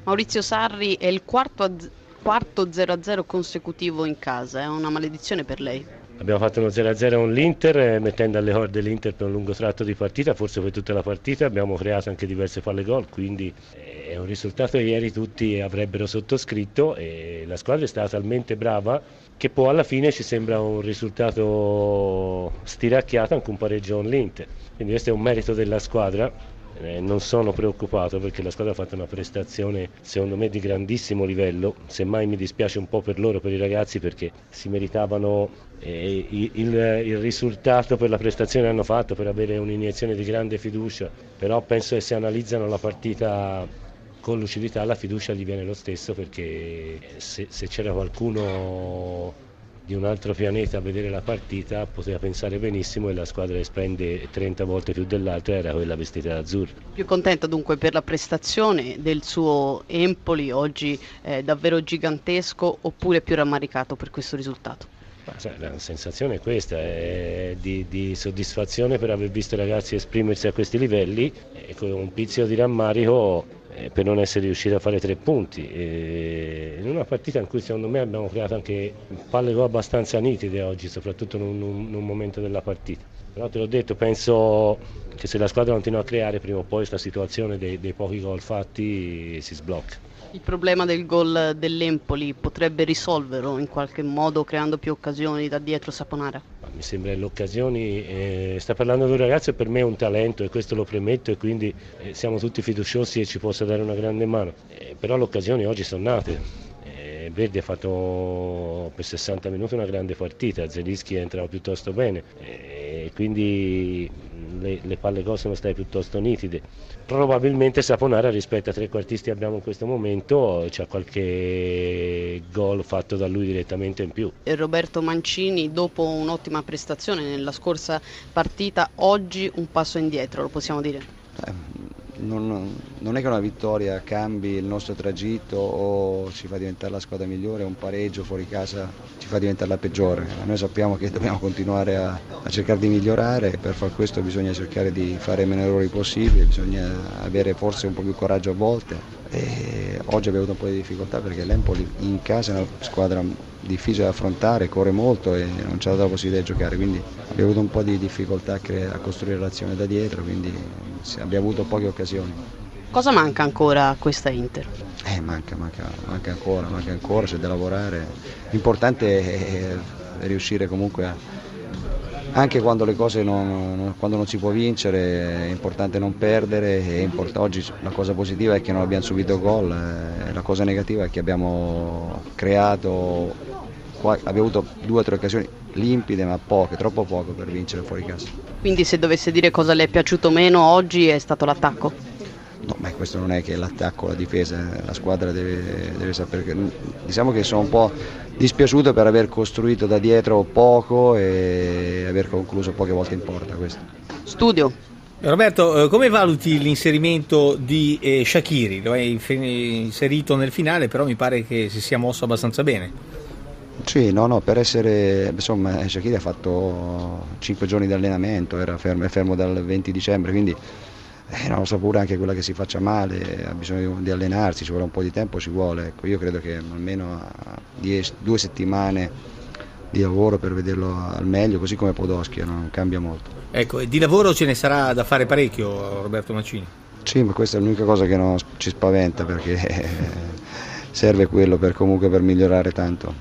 Maurizio Sarri è il quarto 0-0 consecutivo in casa, è una maledizione per lei. Abbiamo fatto uno 0-0 con l'Inter, mettendo alle corde l'Inter per un lungo tratto di partita, forse per tutta la partita. Abbiamo creato anche diverse palle gol, quindi è un risultato che ieri tutti avrebbero sottoscritto, e la squadra è stata talmente brava che poi alla fine ci sembra un risultato stiracchiato, anche un pareggio con l'Inter. Quindi questo è un merito della squadra. Non sono preoccupato perché la squadra ha fatto una prestazione secondo me di grandissimo livello. Semmai mi dispiace un po' per loro, per i ragazzi, perché si meritavano il risultato per la prestazione che hanno fatto, per avere un'iniezione di grande fiducia. Però penso che se analizzano la partita con lucidità la fiducia gli viene lo stesso, perché se c'era qualcuno di un altro pianeta a vedere la partita poteva pensare benissimo che la squadra che spende 30 volte più dell'altra era quella vestita d'azzurro. Più contenta dunque per la prestazione del suo Empoli, oggi davvero gigantesco, oppure più rammaricato per questo risultato? La sensazione è questa, è di soddisfazione per aver visto i ragazzi esprimersi a questi livelli, e con un pizzico di rammarico per non essere riusciti a fare 3 punti, in una partita in cui secondo me abbiamo creato anche palle gol abbastanza nitide oggi, soprattutto in un momento della partita. Però te l'ho detto, penso che se la squadra continua a creare, prima o poi questa situazione dei pochi gol fatti si sblocca. Il problema del gol dell'Empoli potrebbe risolverlo in qualche modo creando più occasioni da dietro Saponara? Mi sembra che le occasioni, sta parlando di un ragazzo che per me è un talento, e questo lo premetto, e quindi siamo tutti fiduciosi che ci possa dare una grande mano, però le occasioni oggi sono nate. Verdi ha fatto per 60 minuti una grande partita, Zelinski è entrato piuttosto bene, quindi le palle gol sono state piuttosto nitide. Probabilmente Saponara, rispetto a trequartisti che abbiamo in questo momento, c'è qualche gol fatto da lui direttamente in più. E Roberto Mancini, dopo un'ottima prestazione nella scorsa partita, oggi un passo indietro, lo possiamo dire? Non è che una vittoria cambi il nostro tragitto o ci fa diventare la squadra migliore, un pareggio fuori casa ci fa diventare la peggiore. Noi sappiamo che dobbiamo continuare a cercare di migliorare, e per far questo bisogna cercare di fare meno errori possibili, bisogna avere forse un po' più coraggio a volte. E oggi abbiamo avuto un po' di difficoltà perché l'Empoli in casa è una squadra difficile da affrontare, corre molto e non ci ha dato la possibilità di giocare, quindi abbiamo avuto un po' di difficoltà a costruire l'azione da dietro, quindi abbiamo avuto poche occasioni. Cosa manca ancora a questa Inter? Manca ancora, c'è da lavorare. L'importante è riuscire comunque anche quando le cose quando non si può vincere, è importante non perdere. Oggi la cosa positiva è che non abbiamo subito gol, la cosa negativa è che abbiamo avuto 2 o 3 occasioni limpide, ma poche, troppo poco per vincere fuori casa. Quindi se dovesse dire cosa le è piaciuto meno oggi è stato l'attacco? No, ma questo non è che l'attacco o la difesa, la squadra deve sapere che. Diciamo che sono un po' dispiaciuto per aver costruito da dietro poco e aver concluso poche volte in porta. Questo. Studio. Roberto, come valuti l'inserimento di Shaqiri? Lo hai inserito nel finale, però mi pare che si sia mosso abbastanza bene. Sì, no, per essere, insomma, Shaqiri ha fatto 5 giorni di allenamento, è fermo dal 20 dicembre, quindi non lo so, pure anche quella che si faccia male ha bisogno di allenarsi, ci vuole un po' di tempo, ci vuole. Ecco, io credo che almeno 2 settimane di lavoro per vederlo al meglio, così come Podolski, non cambia molto. Ecco, e di lavoro ce ne sarà da fare parecchio, Roberto Mancini? Sì, ma questa è l'unica cosa che ci spaventa, perché serve quello comunque per migliorare tanto.